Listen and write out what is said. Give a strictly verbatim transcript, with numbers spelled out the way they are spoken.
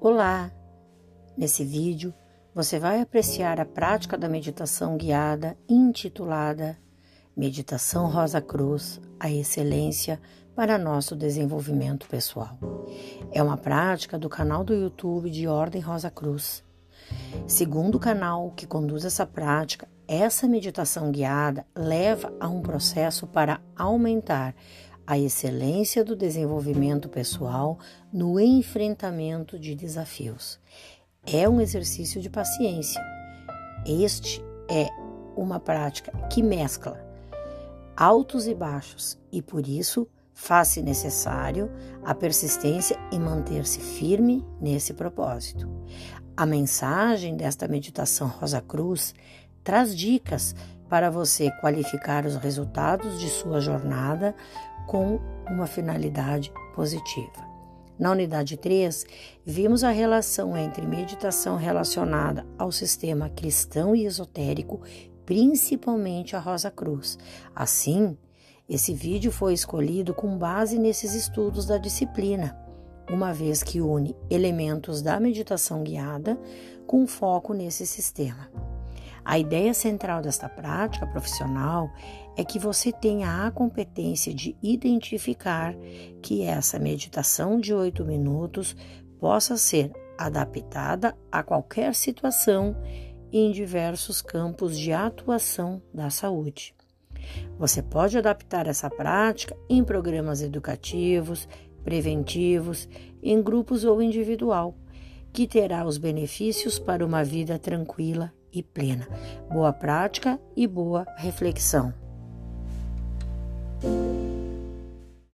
Olá! Nesse vídeo, você vai apreciar a prática da meditação guiada intitulada Meditação Rosa Cruz, a excelência para nosso desenvolvimento pessoal. É uma prática do canal do YouTube de Ordem Rosa Cruz. Segundo o canal que conduz essa prática, essa meditação guiada leva a um processo para aumentar a excelência do desenvolvimento pessoal no enfrentamento de desafios. É um exercício de paciência. Este é uma prática que mescla altos e baixos e, por isso, faz-se necessário a persistência em manter-se firme nesse propósito. A mensagem desta meditação Rosa Cruz traz dicas para você qualificar os resultados de sua jornada com uma finalidade positiva. Na unidade três, vimos a relação entre meditação relacionada ao sistema cristão e esotérico, principalmente a Rosa Cruz. Assim, esse vídeo foi escolhido com base nesses estudos da disciplina, uma vez que une elementos da meditação guiada com foco nesse sistema. A ideia central desta prática profissional é que você tenha a competência de identificar que essa meditação de oito minutos possa ser adaptada a qualquer situação e em diversos campos de atuação da saúde. Você pode adaptar essa prática em programas educativos, preventivos, em grupos ou individual, que terá os benefícios para uma vida tranquila e plena. Boa prática e boa reflexão.